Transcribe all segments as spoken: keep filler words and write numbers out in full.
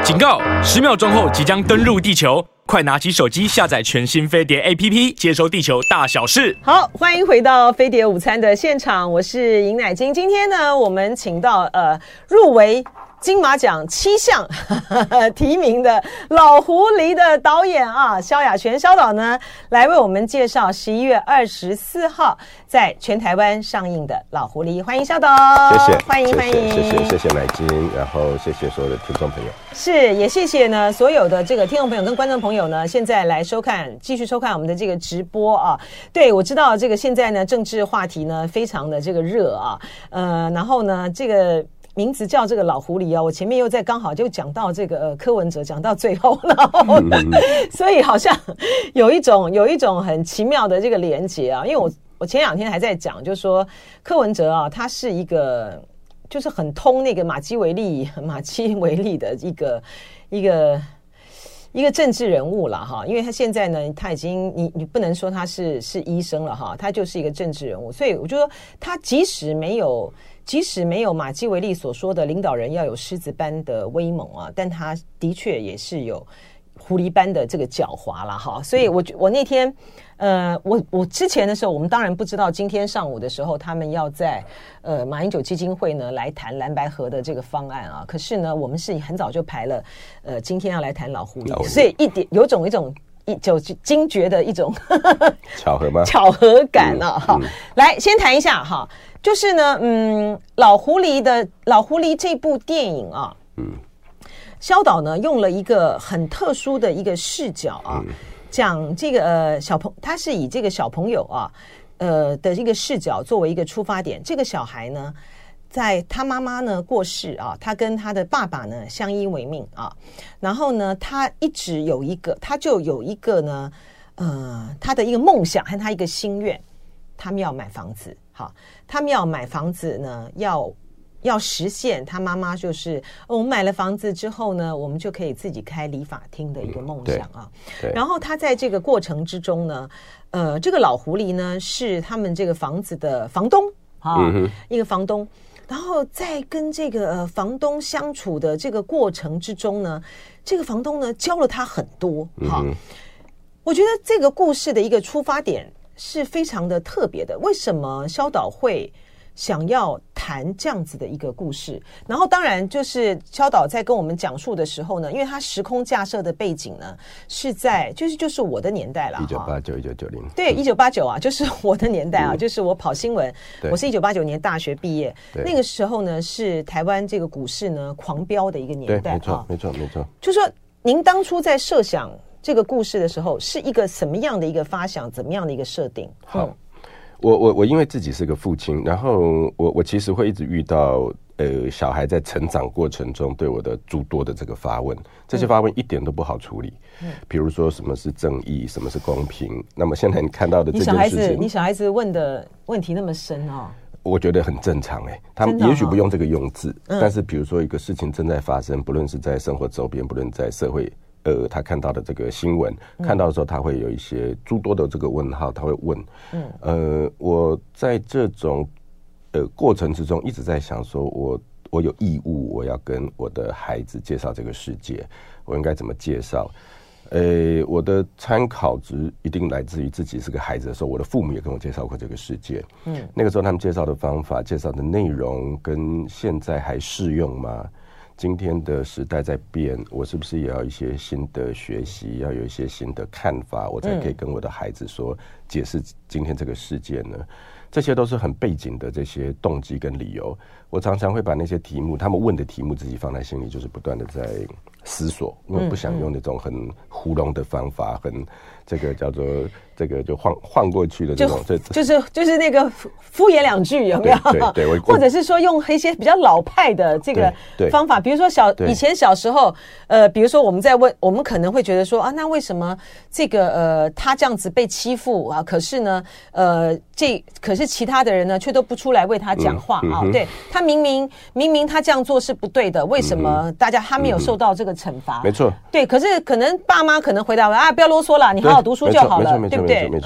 警告！十秒钟后即将登陆地球，快拿起手机下载全新飞碟 A P P， 接收地球大小事。 好，欢迎回到飞碟午餐的现场，我是尹乃菁。今天呢，我们请到呃入围金马奖七项提名的老狐狸的导演啊，萧亚全萧导呢，来为我们介绍十一月二十四号在全台湾上映的老狐狸。欢迎萧导， 谢谢， 欢迎欢迎， 谢谢谢谢乃菁，然后谢谢所有的听众朋友。 是，也谢谢呢所有的这个听众朋友跟观众朋友呢，现在来收看，继续收看我们的这个直播啊。对，我知道这个现在呢政治话题呢非常的这个热啊，呃，然后呢这个名字叫这个老狐狸啊，我前面又在刚好就讲到这个、呃、柯文哲，讲到最后，然后呢、嗯、所以好像有一种有一种很奇妙的这个连结啊，因为我我前两天还在讲，就是说柯文哲啊，他是一个就是很通那个马基维利马基维利的一个一个一个政治人物了哈，因为他现在呢，他已经你你不能说他是是医生了哈，他就是一个政治人物，所以我就说他即使没有。即使没有马基维利所说的领导人要有狮子般的威猛啊，但他的确也是有狐狸般的这个狡猾啦哈。所以我我那天呃我我之前的时候，我们当然不知道今天上午的时候他们要在呃马英九基金会呢来谈蓝白合的这个方案啊。可是呢，我们是很早就排了呃今天要来谈老狐狸，所以一点有种一种一就惊觉的一种巧合吗？ 巧合感啊哈、 嗯嗯。 来先谈一下哈。就是呢，嗯，老狐狸的老狐狸这部电影啊，嗯，萧导呢用了一个很特殊的一个视角啊，嗯、讲这个呃小朋，他是以这个小朋友啊，呃的一个视角作为一个出发点。这个小孩呢，在他妈妈呢过世啊，他跟他的爸爸呢相依为命啊，然后呢，他一直有一个，他就有一个呢，呃，他的一个梦想和他一个心愿，他们要买房子。好，他们要买房子呢，要要实现他妈妈就是、哦、我们买了房子之后呢，我们就可以自己开理发厅的一个梦想啊。 嗯、 然后他在这个过程之中呢，呃，这个老狐狸呢是他们这个房子的房东啊、嗯，一个房东。然后在跟这个、呃、房东相处的这个过程之中呢，这个房东呢教了他很多哈、嗯。我觉得这个故事的一个出发点是非常的特别的。为什么萧导会想要谈这样子的一个故事？然后当然就是萧导在跟我们讲述的时候呢，因为他时空架设的背景呢是在就是就是我的年代了， 一九八九一九九零， 对，一九八九啊，就是我的年代啊、嗯、就是我跑新闻，我是一九八九年大学毕业，那个时候呢是台湾这个股市呢狂飙的一个年代， 对，没错、啊、没错没错。 就说您当初在设想这个故事的时候是一个什么样的一个发想，怎么样的一个设定？ 好、嗯、我我我因为自己是个父亲，然后我我其实会一直遇到呃小孩在成长过程中对我的诸多的这个发问，这些发问一点都不好处理。嗯，比如说什么是正义，什么是公平。那么现在你看到的这件事情，你小孩子你小孩子问的问题那么深哦， 我觉得很正常哎、欸，他们也许不用这个用字、哦，但是比如说一个事情正在发生，不论是在生活周边，不论在社会。呃，他看到的这个新闻、嗯，看到的时候，他会有一些诸多的这个问号，他会问。嗯，呃，我在这种呃过程之中，一直在想说，我我有义务，我要跟我的孩子介绍这个世界，我应该怎么介绍？呃，我的参考值一定来自于自己是个孩子的时候，我的父母也跟我介绍过这个世界。嗯，那个时候他们介绍的方法、介绍的内容，跟现在还适用吗？今天的时代在变，我是不是也要一些新的学习，要有一些新的看法，我才可以跟我的孩子说、嗯、解释今天这个世界呢？这些都是很背景的这些动机跟理由。我常常会把那些题目，他们问的题目自己放在心里，就是不断的在思索，因为不想用那种很糊弄的方法，很这个叫做这个就晃晃过去的这种， 就就是就是那个敷衍两句，有没有？ 对 对, 对， 或者是说用一些比较老派的这个方法，比如说小以前小时候，呃，比如说我们在问，我们可能会觉得说啊，那为什么这个呃他这样子被欺负啊？可是呢，呃，这可是其他的人呢却都不出来为他讲话、嗯、啊、嗯？对，他明明明明他这样做是不对的，为什么大家他没有受到这个惩罚？没错， 对，可是可能爸妈可能回答啊，不要啰嗦了，你好好读书就好了，对不对？ 没错，没错。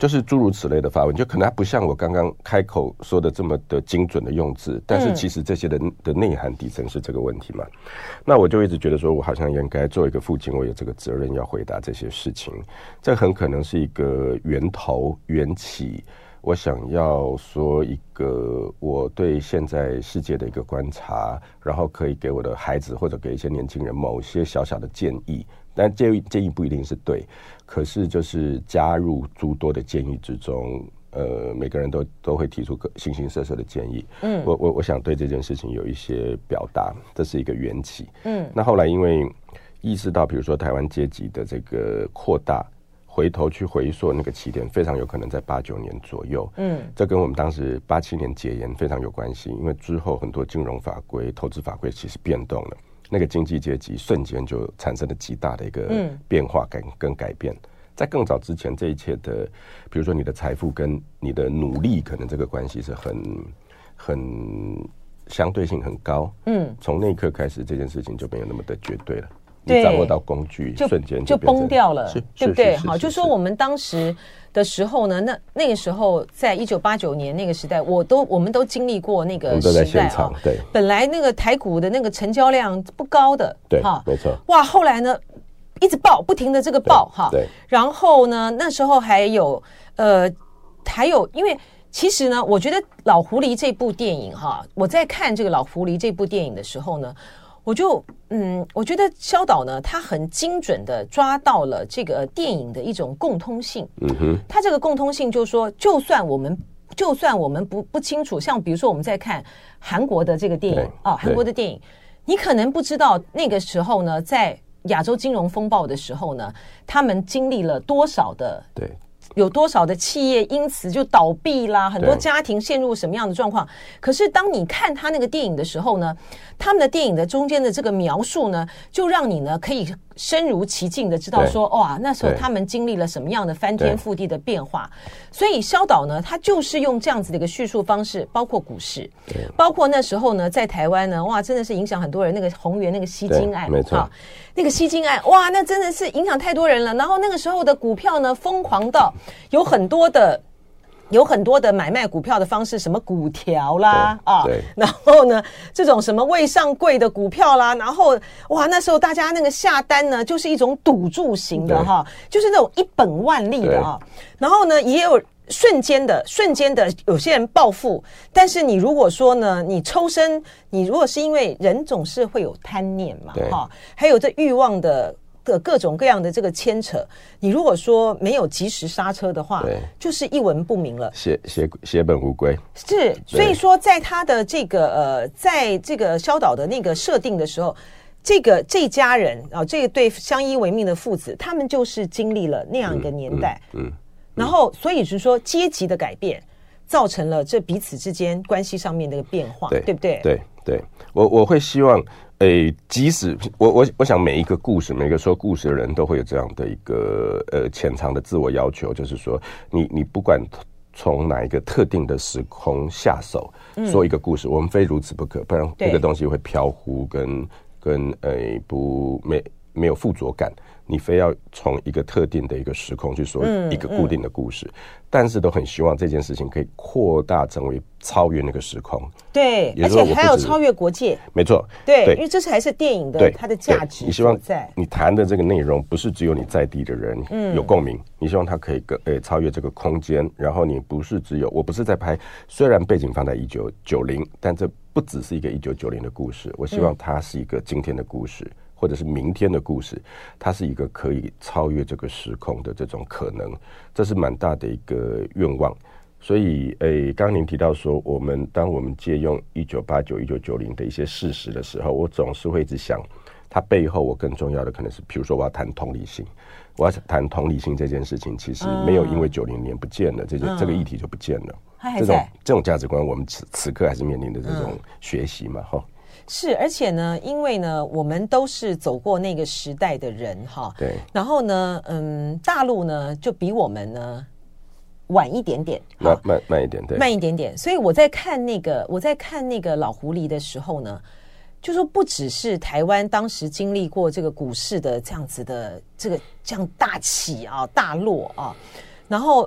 就是诸如此类的发问，就可能它不像我刚刚开口说的这么的精准的用字，但是其实这些的的内涵底层是这个问题嘛。那我就一直觉得说，我好像应该做一个父亲，我有这个责任要回答这些事情。这很可能是一个源头缘起，我想要说一个我对现在世界的一个观察，然后可以给我的孩子或者给一些年轻人某些小小的建议。但建议建议不一定是对，可是就是加入诸多的建议之中，呃，每个人都都会提出形形色色的建议。嗯，我我我想对这件事情有一些表达，这是一个缘起。嗯，那后来因为意识到，比如说台湾阶级的这个扩大，回头去回溯那个起点，非常有可能在八九年左右。嗯，这跟我们当时八七年解严非常有关系，因为之后很多金融法规、投资法规其实变动了。那个经济阶级瞬间就产生了极大的一个变化跟跟改变。在更早之前，这一切的，比如说你的财富跟你的努力，可能这个关系是很很相对性很高。嗯，从那一刻开始，这件事情就没有那么的绝对了。你掌握到工具，瞬间就崩掉了，对不对？好， 就说我们当时的时候呢，那那个时候在一九八九年那个时代，我都我们都经历过那个时代啊。 对， 本来那个台股的那个成交量不高的， 对，哈，没错。 哇，后来呢，一直爆，不停的这个爆哈。 对。 然后呢，那时候还有呃，还有因为。其实呢，我觉得《老狐狸》这部电影哈，我在看这个《老狐狸》这部电影的时候呢，我就嗯，我觉得萧导呢，他很精准的抓到了这个电影的一种共通性。嗯哼，他这个共通性就是说，就算我们就算我们不不清楚，像比如说我们在看韩国的这个电影啊，韩国的电影，你可能不知道那个时候呢，在亚洲金融风暴的时候呢，他们经历了多少的对。有多少的企业因此就倒闭啦，很多家庭陷入什么样的状况？可是当你看他那个电影的时候呢，他们的电影的中间的这个描述呢，就让你呢可以身如其境的知道说，哇，那时候他们经历了什么样的翻天覆地的变化。所以萧导呢，他就是用这样子的一个叙述方式，包括股市，包括那时候呢，在台湾呢，哇，真的是影响很多人。那个宏源那个吸金案， 没错、啊， 那个吸金案，哇，那真的是影响太多人了。然后那个时候的股票呢，疯狂到有很多的。有很多的买卖股票的方式，什么股条啦啊，然后呢，这种什么未上柜的股票啦，然后哇，那时候大家那个下单呢，就是一种赌注型的哈，就是那种一本万利的啊。然后呢，也有瞬间的、瞬间的，有些人暴富。但是你如果说呢，你抽身，你如果是因为人总是会有贪念嘛，哈，还有这欲望的。的各种各样的这个牵扯，你如果说没有及时刹车的话，就是一文不名了， 血血血本无归。 是，所以说在他的这个呃，在这个萧导的那个设定的时候，这个这家人啊，这对相依为命的父子，他们就是经历了那样一个年代，嗯，嗯嗯然后所以是说阶级的改变，造成了这彼此之间关系上面的一个变化，对，对不对？ 对对，我我会希望。诶，即使我我我想每一个故事，每个说故事的人都会有这样的一个呃潜藏的自我要求，就是说，你你不管从哪一个特定的时空下手，嗯、说一个故事，我们非如此不可，不然那个东西会飘忽跟跟诶不没没有附着感。你非要从一个特定的一个时空去说一个固定的故事，嗯嗯、但是都很希望这件事情可以扩大成为超越那个时空。 对，而且还有超越国界。 没错， 对，对因为这才是电影的它的价值。 你希望你谈的这个内容不是只有你在地的人有共鸣，嗯、你希望它可以跟呃超越这个空间，然后你不是只有我不是在拍，虽然背景放在一九九零，但这不只是一个一九九零的故事，我希望它是一个今天的故事。嗯或者是明天的故事，它是一个可以超越这个时空的这种可能，这是蛮大的一个愿望。所以，诶，刚刚您提到说，我们当我们借用一九八九、一九九零的一些事实的时候，我总是会一直想，它背后我更重要的可能是，比如说我要谈同理心，我要谈同理心这件事情，其实没有因为九零年不见了，这件、嗯、这个议题就不见了。这种这种价值观，我们此此刻还是面临的这种学习嘛，哈、嗯。 是，而且呢，因为呢，我们都是走过那个时代的人哈， 对。 然后呢，嗯，大陆呢就比我们呢晚一点点， 慢慢慢一点，对， 慢一点点。所以我在看那个我在看那个老狐狸的时候呢，就说不只是台湾当时经历过这个股市的这样子的这个这样大起啊大落啊，然后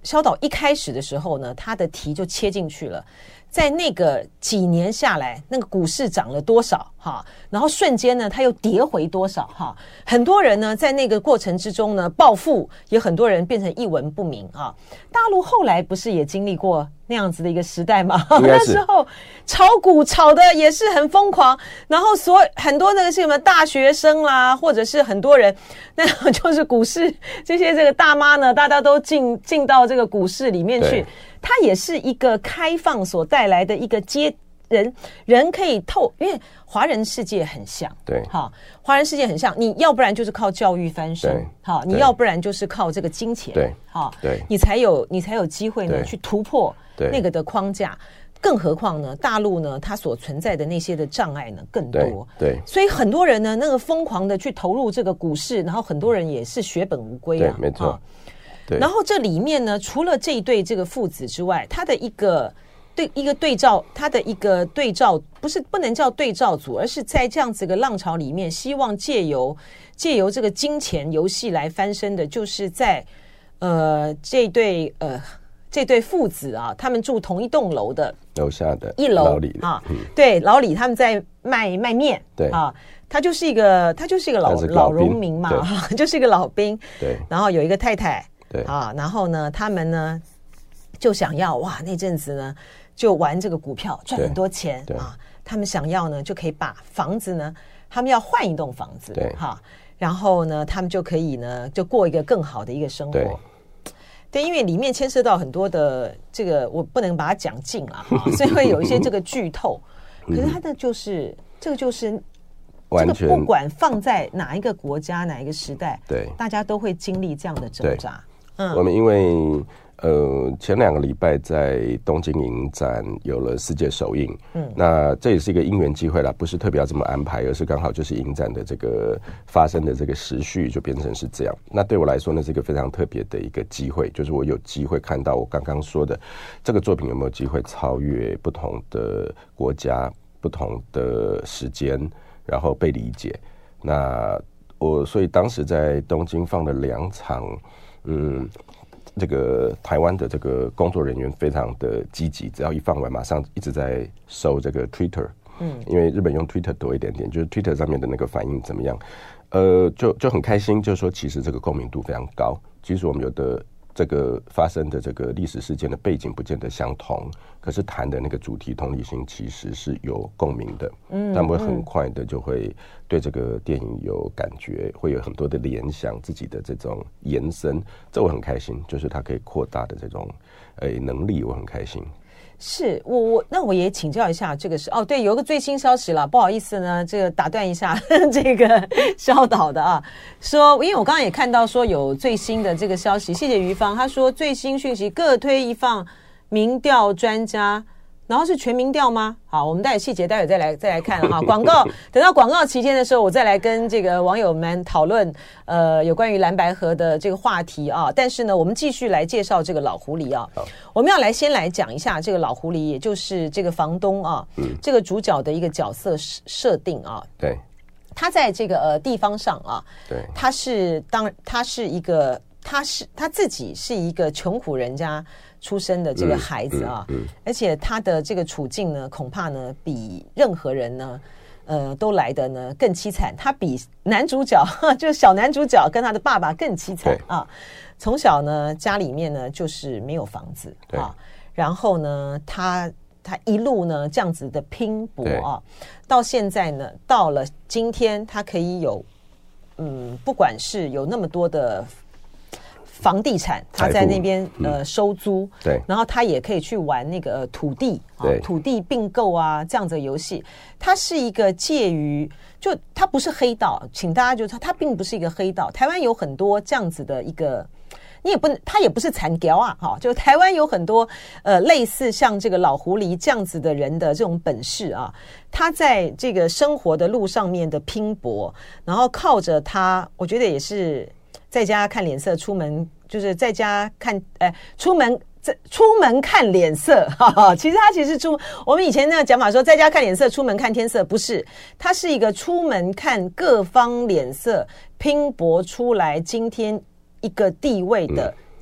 萧导一开始的时候呢，他的题就切进去了。在那个几年下来，那个股市涨了多少哈？然后瞬间呢，它又跌回多少哈？很多人呢，在那个过程之中呢，暴富，也很多人变成一文不名啊。大陆后来不是也经历过那样子的一个时代吗？那时候炒股炒的也是很疯狂，然后所很多那个是什么大学生啦，或者是很多人，那就是股市这些这个大妈呢，大家都进进到这个股市里面去。它也是一个开放所带来的一个阶人人可以透，因为华人世界很像， 对， 好，华人世界很像，你要不然就是靠教育翻身，好，你要不然就是靠这个金钱， 对， 好， 对， 你才有你才有机会呢去突破那个的框架。更何况呢，大陆呢，它所存在的那些的障碍呢更多， 对，对， 所以很多人呢，那个疯狂的去投入这个股市，然后很多人也是血本无归啊， 对，没错。对， 然后这里面呢，除了这一对这个父子之外，他的一个对一个对照，他的一个对照不是不能叫对照组，而是在这样子个浪潮里面，希望借由借由这个金钱游戏来翻身的，就是在呃这对呃这对父子啊，他们住同一栋楼的楼下的一楼老李啊，嗯、对，老李他们在卖卖面， 对啊。他就是一个，他就是一个老老农民嘛，就是一个老兵。 对， 然后有一个太太， 对啊，然后呢，他们呢就想要哇，那阵子呢就玩这个股票赚很多钱啊，他们想要呢就可以把房子呢，他们要换一栋房子， 对， 哈，然后呢，他们就可以呢就过一个更好的一个生活。 对， 对，因为里面牵涉到很多的这个，我不能把它讲尽了，所以会有一些这个剧透。可是它的就是这个就是。这个不管放在哪一个国家哪一个时代，对，大家都会经历这样的挣扎。 嗯，我们因为呃前两个礼拜在东京影展有了世界首映，嗯，那这也是一个因缘机会啦，不是特别要这么安排，而是刚好就是影展的这个发生的这个时序就变成是这样。那对我来说呢，是一个非常特别的一个机会，就是我有机会看到我刚刚说的这个作品有没有机会超越不同的国家、不同的时间。然后被理解，那我所以当时在东京放了两场，嗯，这个台湾的这个工作人员非常的积极，只要一放完，马上一直在收这个 Twitter， 嗯，因为日本用 Twitter 多一点点，就是 Twitter 上面的那个反应怎么样，呃，就就很开心，就是说其实这个共鸣度非常高，即使我们有的。这个发生的这个历史事件的背景不见得相同，可是谈的那个主题同理心其实是有共鸣的，嗯，但会很快的就会对这个电影有感觉，会有很多的联想，自己的这种延伸，这我很开心，就是它可以扩大的这种诶能力，我很开心。 是我我那我也请教一下，这个是哦对，有一个最新消息了，不好意思呢，这个打断一下这个萧导的啊，说因为我刚刚也看到说有最新的这个消息，谢谢于芳，他说最新讯息各推一放民调专家。然后是全民调吗？好，我们待会细节待会再来再来看哈。广告等到广告期间的时候，我再来跟这个网友们讨论呃有关于蓝白合的这个话题啊。但是呢，我们继续来介绍这个老狐狸啊。我们要来先来讲一下这个老狐狸，也就是这个房东啊，嗯、这个主角的一个角色设定啊。 对， 他在这个呃地方上啊， 对， 他是当他是一个他是他自己是一个穷苦人家。出生的这个孩子啊，嗯嗯嗯、而且他的这个处境呢，恐怕呢比任何人呢，呃，都来的呢更凄惨。他比男主角，就是小男主角跟他的爸爸更凄惨啊。从小呢，家里面呢就是没有房子啊，然后呢，他他一路呢这样子的拼搏啊，到现在呢，到了今天，他可以有，嗯，不管是有那么多的。房地产，他在那边呃收租， 对， 然后他也可以去玩那个土地啊，土地并购啊这样子的游戏。它是一个介于，就它不是黑道，请大家就它它并不是一个黑道。台湾有很多这样子的一个，你也不能，它也不是残雕啊，哈，就台湾有很多呃类似像这个老狐狸这样子的人的这种本事啊，他在这个生活的路上面的拼搏，然后靠着他，我觉得也是。在家看脸色，出门就是在家看，呃，出门在出门看脸色，哈哈。其实他其实出我们以前那个讲法说，在家看脸色，出门看天色，不是，他是一个出门看各方脸色，拼搏出来今天一个地位的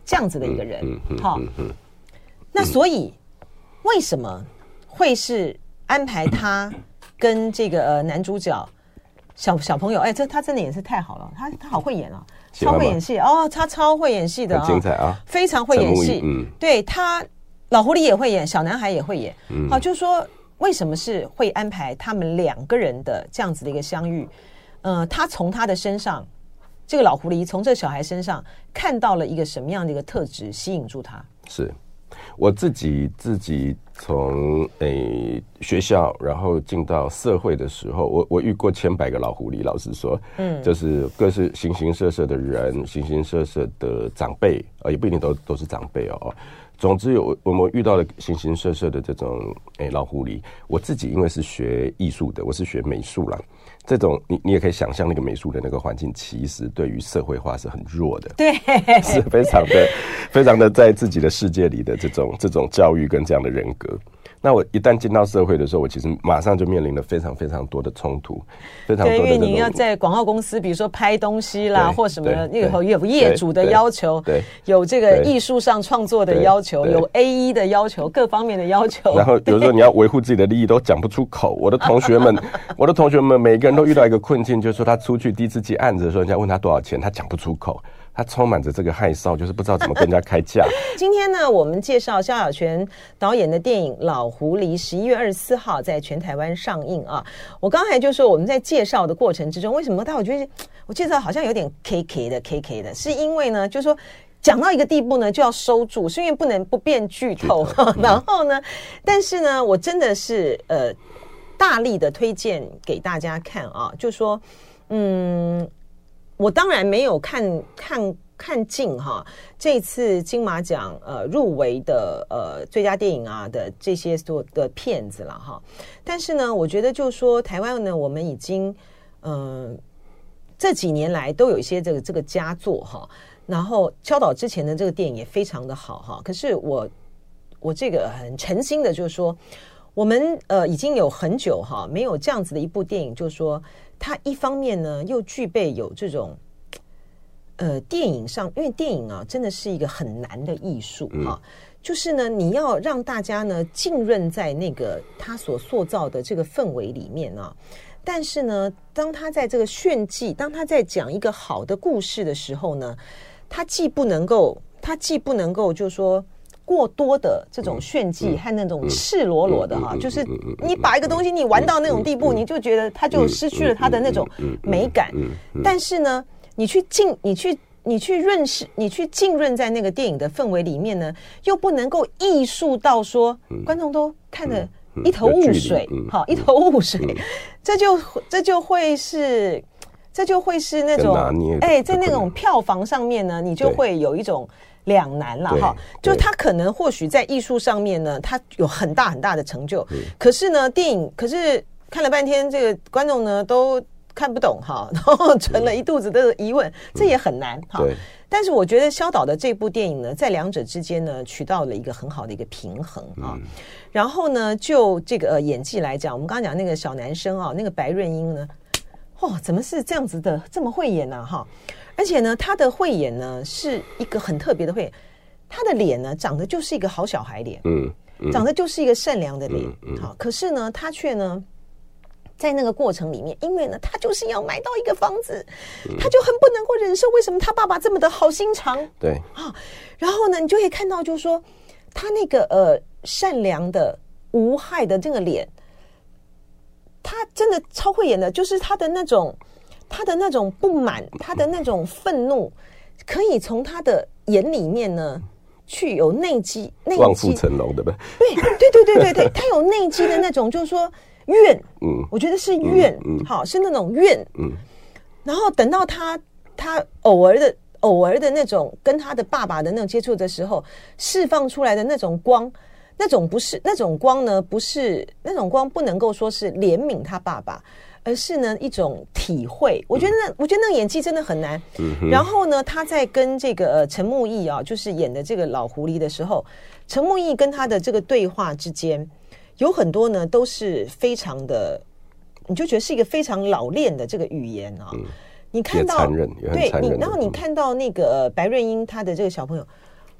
这样子的一个人，好、嗯嗯嗯，那所以为什么会是安排他跟这个、呃、男主角小小朋友？哎，这他真的也是太好了，他他好会演啊，超会演戏哦，他超会演戏的、哦， 很精彩啊， 非常会演戏。嗯，对他老狐狸也会演，小男孩也会演。嗯，好，就是说为什么是会安排他们两个人的这样子的一个相遇？呃，他从他的身上，这个老狐狸从这个小孩身上看到了一个什么样的一个特质，吸引住他？ 是我自己自己从诶学校，然后进到社会的时候，我我遇过千百个老狐狸。老实说，嗯，就是各式形形色色的人，形形色色的长辈，呃，也不一定都都是长辈哦。总之有我们遇到了形形色色的这种诶老狐狸。我自己因为是学艺术的，我是学美术啦。这种你你也可以想象，那个美术的那个环境，其实对于社会化是很弱的， 对， 是非常的非常的在自己的世界里的这种这种教育跟这样的人格。那我一旦进到社会的时候，我其实马上就面临了非常非常多的冲突，非常多的对，因为你要在广告公司，比如说拍东西啦，或什么的，有有业主的要求，对，有这个艺术上创作的要求，有 A E 的要求，各方面的要求。 然后有时候你要维护自己的利益，都讲不出口。我的同学们，我的同学们，每个人都遇到一个困境，就是说他出去第一次接案子的时候，人家问他多少钱，他讲不出口。他充满着这个害臊，就是不知道怎么跟人家开价。 今天呢，我们介绍萧亚全导演的电影《老狐狸》，十一月二十四号在全台湾上映啊。我刚才就说我们在介绍的过程之中，为什么？但我觉得我介绍好像有点 K K 的 K K 的，是因为呢，就是说讲到一个地步呢，就要收住，是因为不能不便剧透。剧透嗯、然后呢，但是呢，我真的是呃大力的推荐给大家看啊，就说嗯。我当然没有看看看尽哈，这次金马奖呃入围的呃最佳电影啊的这些所的片子了哈，但是呢，我觉得就是说台湾呢，我们已经嗯、呃、这几年来都有一些这个这个佳作哈，然后萧导之前的这个电影也非常的好哈，可是我我这个很诚心的就是说，我们呃已经有很久哈没有这样子的一部电影，就是说。它一方面呢，又具备有这种，呃，电影上，因为电影啊，真的是一个很难的艺术啊。嗯、就是呢，你要让大家呢浸润在那个他所塑造的这个氛围里面啊。但是呢，当他在这个炫技，当他在讲一个好的故事的时候呢，他既不能够，他既不能够，就是说。过多的这种炫技和那种赤裸裸的哈，就是你把一个东西你玩到那种地步，你就觉得它就失去了它的那种美感。但是呢，你去浸，你去你去认识，你去浸润在那个电影的氛围里面呢，又不能够艺术到说观众都看得一头雾水，好，一头雾水，这就这就会是这就会是那种哎，在那种票房上面呢，你就会有一种。两难了哈，就他可能或许在艺术上面呢，他有很大很大的成就，可是呢，电影可是看了半天，这个观众呢都看不懂哈，然后存了一肚子的疑问，这也很难哈。但是我觉得萧导的这部电影呢，在两者之间呢，取到了一个很好的一个平衡啊。然后呢，就这个、呃、演技来讲，我们刚刚讲那个小男生啊，那个白润英呢，哦，怎么是这样子的，这么会演呢？哈。而且呢，他的慧眼呢是一个很特别的慧眼，他的脸呢长得就是一个好小孩脸，嗯，嗯长得就是一个善良的脸，嗯嗯、好，可是呢，他却呢在那个过程里面，因为呢，他就是要买到一个房子，嗯、他就很不能够忍受为什么他爸爸这么的好心肠， 对啊，然后呢，你就可以看到，就是说他那个呃善良的无害的这个脸，他真的超会演的，就是他的那种。他的那种不满，他的那种愤怒，可以从他的眼里面呢，去有内积，内积望父成龙，对不对？ 对对对对对对，他有内积的那种，就是说怨，嗯，我觉得是怨，嗯，嗯好，是那种怨，嗯。然后等到他他偶尔的偶尔的那种跟他的爸爸的那种接触的时候，释放出来的那种光，那种不是那种光呢，不是那种光，不能够说是怜悯他爸爸。而是呢一种体会，我觉得那、嗯、我觉得那个演技真的很难。嗯、然后呢，他在跟这个、呃、陈木易啊，就是演的这个老狐狸的时候，陈木易跟他的这个对话之间，有很多呢都是非常的，你就觉得是一个非常老练的这个语言啊。嗯、你看到也残忍，也很残忍对你，然后你看到那个、呃、白润英他的这个小朋友，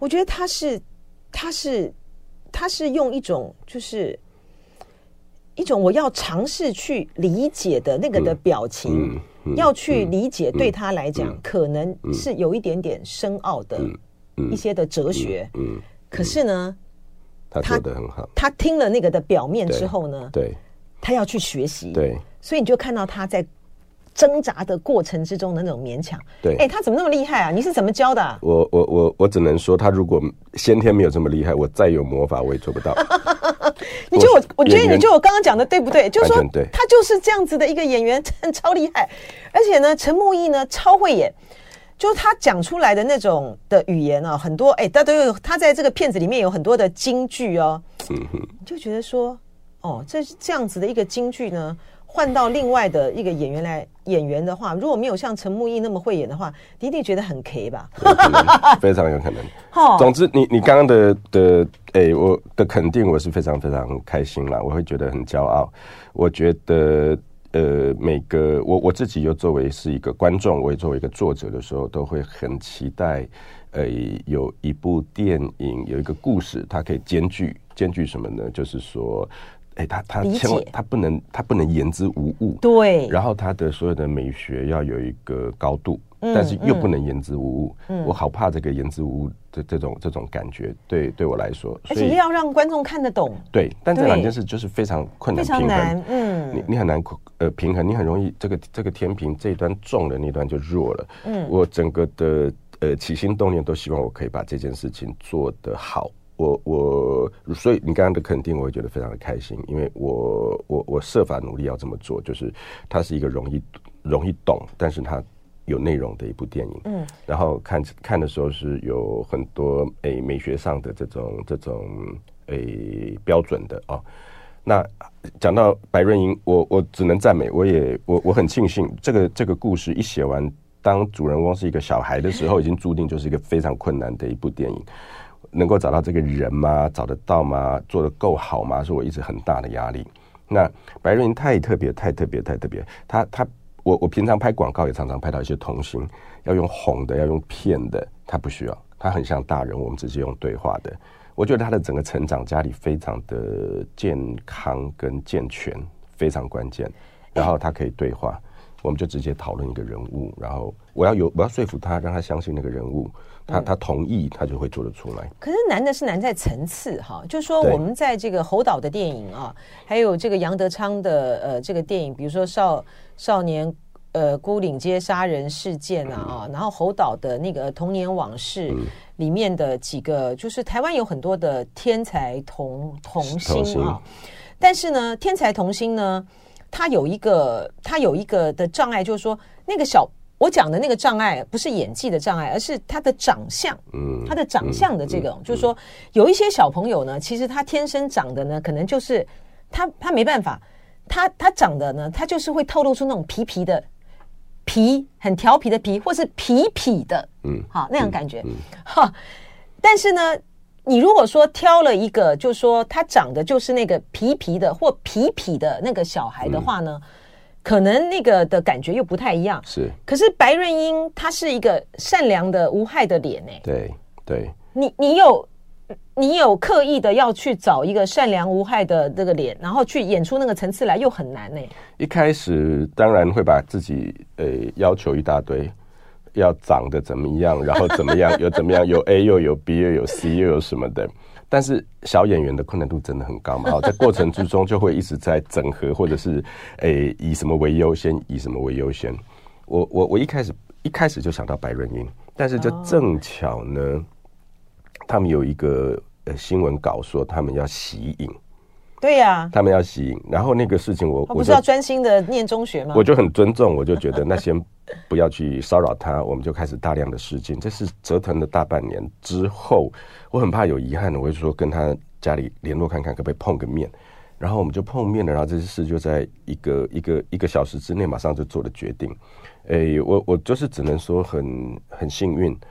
我觉得他是他是他是用一种就是一种我要尝试去理解的那个的表情，嗯嗯、要去理解对他来讲、嗯、可能是有一点点深奥的一些的哲学，嗯嗯嗯、可是呢， 他做得很好。 他听了那个的表面之后呢， 对，对他要去学习， 对， 所以你就看到他在挣扎的过程之中的那种勉强。 对， 哎，他怎么那么厉害啊？你是怎么教的、啊？ 我我我我只能说，他如果先天没有这么厉害，我再有魔法我也做不到。 你觉得我？我觉得你觉得我刚刚讲的对不对？就是说， 对， 他就是这样子的一个演员，真超厉害。而且呢，陈木易呢超会演，就是他讲出来的那种的语言啊，很多哎，他都有他在这个片子里面有很多的金句哦。嗯哼，你就觉得说，哦，这这样子的一个金句呢。换到另外的一个演员来演员的话，如果没有像陈木易那么会演的话，你一定觉得很 K 吧？ 非常有可能。总之，你你刚刚的的诶，我的肯定我是非常非常开心啦，我会觉得很骄傲。我觉得呃，每个我我自己又作为是一个观众，我也作为一个作者的时候，都会很期待，呃，有一部电影有一个故事，它可以兼具兼具什么呢？就是说。哎，他他千万他不能他不能言之无物， 对。 然后他的所有的美学要有一个高度，嗯、但是又不能言之无物。嗯、我好怕这个言之无物的这种这种感觉，对对我来说， 而且要让观众看得懂。 对，但这两件事就是非常困难， 非常难。嗯， 你你很难呃平衡，你很容易这个这个天平这一端重了，那一端就弱了。嗯，我整个的呃起心动念都希望我可以把这件事情做得好。我我所以你刚刚的肯定，我会觉得非常的开心，因为我我我设法努力要这么做，就是它是一个容易容易懂，但是它有内容的一部电影。嗯，然后看看的时候是有很多诶美学上的这种这种诶标准的哦。那讲到白润英，我我只能赞美，我也我我很庆幸这个这个故事一写完，当主人翁是一个小孩的时候，已经注定就是一个非常困难的一部电影。能够找到这个人吗？找得到吗？做得够好吗？是我一直很大的压力。那白润英太特别，太特别，太特别。他他我我平常拍广告也常常拍到一些童星，要用哄的，要用骗的，他不需要，他很像大人，我们直接用对话的。我觉得他的整个成长，家里非常的健康跟健全，非常关键。然后他可以对话，我们就直接讨论一个人物，然后我要有我要说服他，让他相信那个人物。他他同意，他就会做得出来。 可是难的是难在层次哈，就是说我们在这个侯导的电影啊，还有这个杨德昌的呃这个电影，比如说少少年呃孤岭街杀人事件啊啊，嗯、然后侯导的那个童年往事里面的几个，就是台湾有很多的天才童童星啊，但是呢，天才童星呢，他有一个他有一个的障碍，就是说那个小。我讲的那个障碍不是演技的障碍，而是他的长相，嗯，他的长相的这种，嗯、就是说有一些小朋友呢，其实他天生长的呢，可能就是他他没办法，他他长的呢，他就是会透露出那种皮皮的皮，很调皮的皮，或是痞痞的，嗯，好那样感觉，嗯，哈。但是呢，你如果说挑了一个，就是说他长得就是那个皮皮的或痞痞的那个小孩的话呢？嗯，可能那个的感觉又不太一样， 是。 可是白润英她是一个善良的无害的脸哎， 对对。 你你有你有刻意的要去找一个善良无害的这个脸，然后去演出那个层次来，又很难哎。 一开始当然会把自己呃要求一大堆，要长得怎么样，然后怎么样，又怎么样，有 A 又有 B 又有 C 又有什么的。但是小演员的困难度真的很高嘛，在过程之中就会一直在整合，或者是诶以什么为优先，以什么为优先。我我我一开始一开始就想到白润英，但是就正巧呢，哦、他们有一个呃新闻稿说他们要息影。 对呀、啊， 他们要息影，然后那个事情我我不是要专心的念中学吗？ 我就很尊重，我就觉得那先不要去骚扰他，我们就开始大量的试镜。这是折腾了大半年之后，我很怕有遗憾，我就说跟他家里联络看看，可不可以碰个面。然后我们就碰面了，然后这件事就在一个一个一个小时之内马上就做了决定。诶，我我就是只能说很很幸运。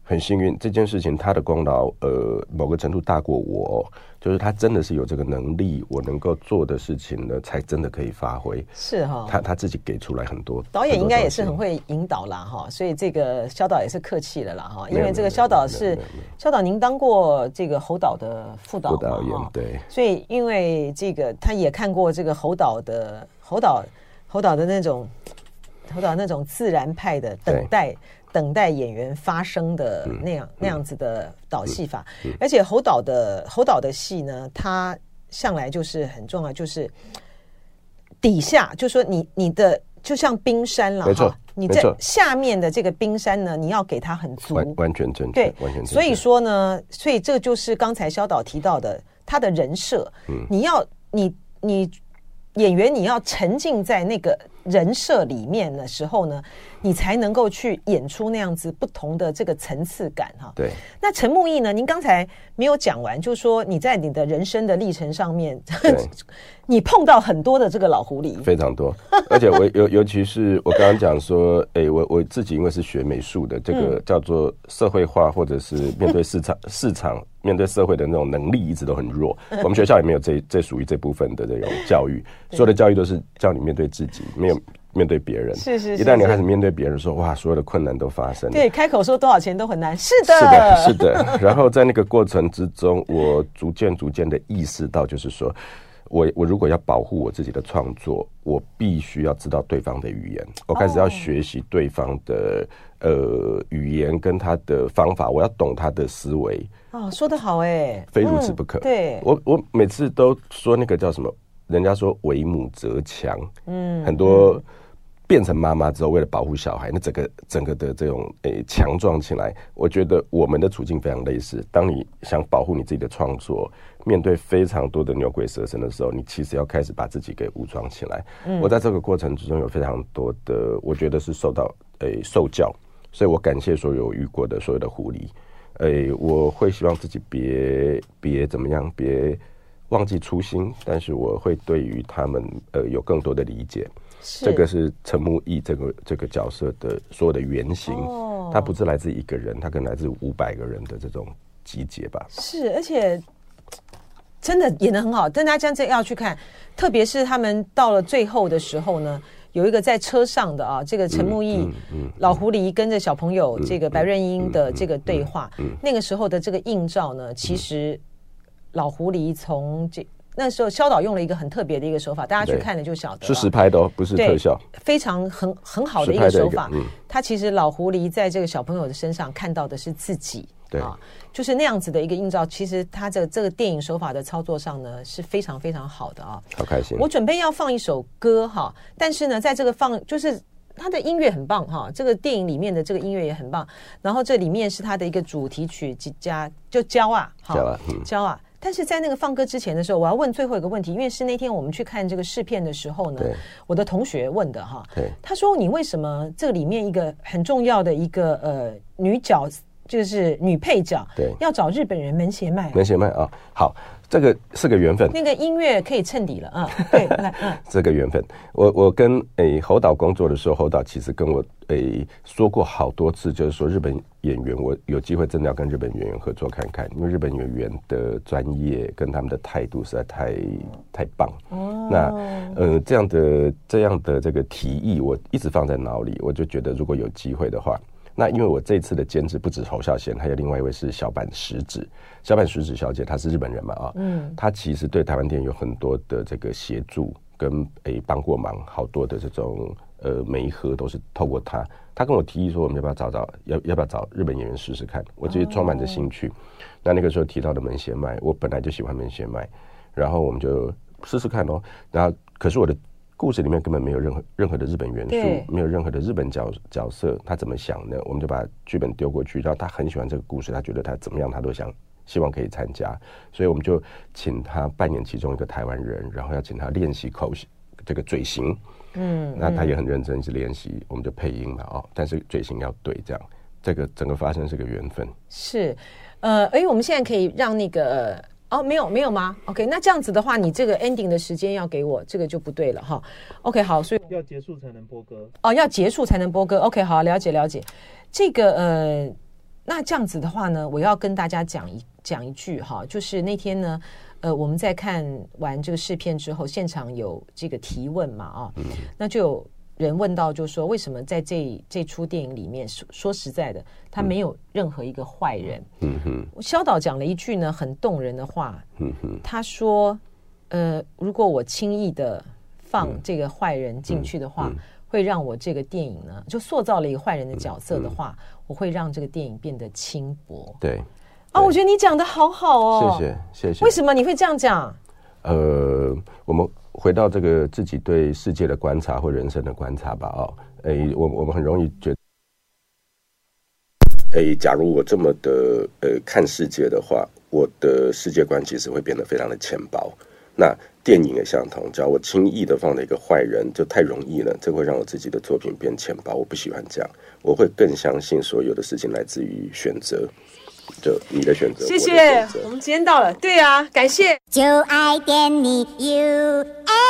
很幸运，这件事情他的功劳，呃，某个程度大过我，就是他真的是有这个能力，我能够做的事情呢，才真的可以发挥。 是哈、哦， 他他自己给出来很多， 导演应该也是很会引导啦哈，所以这个萧导也是客气了啦哈，因为这个萧导是萧导，您当过这个侯导的副导嘛导演对， 所以因为这个他也看过这个侯导的侯导侯导的那种侯导那种自然派的等待。等待演员发声的那样、嗯、那样子的导戏法、嗯嗯、而且侯导的侯导的戏呢，他向来就是很重要，就是底下就说你你的就像冰山了， 没错， 你在下面的这个冰山呢，你要给它很足， 完完全正确， 对， 完全正确。 所以说呢，所以这就是刚才萧导提到的他的人设，嗯，你要你你演员你要沉浸在那个人设里面的时候呢，你才能够去演出那样子不同的这个层次感哈。 对。 那陈木易呢？您刚才没有讲完，就是说你在你的人生的历程上面，你碰到很多的这个老狐狸， 非常多。而且我尤尤其是我刚刚讲说，哎、欸，我我自己因为是学美术的，这个叫做社会化或者是面对市场市场面对社会的那种能力一直都很弱。我们学校也没有这这属于这部分的这种教育，所有的教育都是叫你面对自己，没有面对别人。 是是是， 一旦你开始面对别人说，哇，所有的困难都发生了。 对，开口说多少钱都很难。是的， 是的，是的。然后在那个过程之中，我逐渐逐渐的意识到，就是说我我如果要保护我自己的创作，我必须要知道对方的语言。我开始要学习对方的、哦、呃语言跟他的方法，我要懂他的思维。 哦，说得好哎， 非如此不可。 嗯、对， 我我每次都说那个叫什么？人家说为母则强，嗯，很多。嗯变成妈妈之后，为了保护小孩，那整个整个的这种诶强壮起来，我觉得我们的处境非常类似。当你想保护你自己的创作，面对非常多的牛鬼蛇神的时候，你其实要开始把自己给武装起来。嗯、我在这个过程之中有非常多的，我觉得是受到诶受教，所以我感谢所有遇过的所有的狐狸。诶，我会希望自己别别怎么样，别忘记初心，但是我会对于他们呃有更多的理解。这个是陈木易这个这个角色的所有的原型，哦、他不是来自一个人，他可能来自五百个人的这种集结吧。 是，而且真的演得很好，但大家真的要去看，特别是他们到了最后的时候呢，有一个在车上的啊，这个陈木易、嗯嗯嗯、老狐狸跟着小朋友、嗯、这个白润英的这个对话，嗯嗯嗯、那个时候的这个映照呢，其实老狐狸从这。那时候萧导用了一个很特别的一个手法，大家去看了就晓得了， 是实拍的哦，不是特效， 非常很很好的一个手法。嗯、他其实老狐狸在这个小朋友的身上看到的是自己， 对啊，就是那样子的一个映照。其实他这这个电影手法的操作上呢是非常非常好的啊， 好开心。 我准备要放一首歌哈，但是呢，在这个放就是他的音乐很棒哈，这个电影里面的这个音乐也很棒。然后这里面是他的一个主题曲，加就焦啊， 焦啊，嗯、 焦啊。但是在那个放歌之前的时候，我要问最后一个问题，因为是那天我们去看这个试片的时候呢，我的同学问的哈，他说你为什么这里面一个很重要的一个呃女角就是女配角，对，要找日本人门胁麦， 门胁麦啊，好。这个是个缘分， 那个音乐可以衬底了啊！对，来，嗯， 这个缘分，我我跟诶侯导工作的时候，侯导其实跟我诶说过好多次，就是说日本演员，我有机会真的要跟日本演员合作看看，因为日本演员的专业跟他们的态度实在太太棒。哦，那呃这样的这样的这个提议，我一直放在脑里，我就觉得如果有机会的话。那因为我这次的监制不止侯孝贤，还有另外一位是小坂实子。小坂实子小姐她是日本人嘛啊，嗯，她其实对台湾电影有很多的这个协助跟诶帮过忙，好多的这种呃媒合都是透过她。她跟我提议说，我们要不要找找要要不要找日本演员试试看？我觉得充满着兴趣。哦、那那个时候提到的门胁麦，我本来就喜欢门胁麦，然后我们就试试看咯。然后可是我的。故事里面根本没有任何任何的日本元素，没有任何的日本角角色，他怎么想呢？我们就把剧本丢过去，然后他很喜欢这个故事，他觉得他怎么样他都想希望可以参加，所以我们就请他扮演其中一个台湾人，然后要请他练习口这个嘴型，嗯，那他也很认真一直练习，我们就配音嘛，哦，但是嘴型要对，这样这个整个发生是个缘分。 是，呃，哎，我们现在可以让那个。哦，没有没有吗 ？OK， 那这样子的话，你这个 ending 的时间要给我，这个就不对了哈。OK， 好，所以要结束才能播歌。 哦，要结束才能播歌。OK， 好，了解了解。这个呃， 那这样子的话呢，我要跟大家讲一讲一句哈，就是那天呢，呃，我们在看完这个试片之后，现场有这个提问嘛啊，嗯、那就有人问到，就说为什么在这这出电影里面，说说实在的，他没有任何一个坏人。嗯哼，萧导讲了一句呢很动人的话，嗯哼，他说，呃，如果我轻易的放这个坏人进去的话。嗯嗯会让我这个电影呢，就塑造了一个坏人的角色的话，嗯、我会让这个电影变得轻薄。 对， 啊，我觉得你讲的好好哦， 谢谢谢谢。 为什么你会这样讲？ 呃，我们回到这个自己对世界的观察或人生的观察吧。哦，诶，我我们很容易觉得，诶，假如我这么的呃看世界的话，我的世界观其实会变得非常的浅薄。那电影也相同，只要我轻易的放了一个坏人，就太容易了，这会让我自己的作品变浅薄。我不喜欢这样，我会更相信所有的事情来自于选择，就你的选择。 谢谢，我们时间到了，对啊，感谢。就爱点你 U。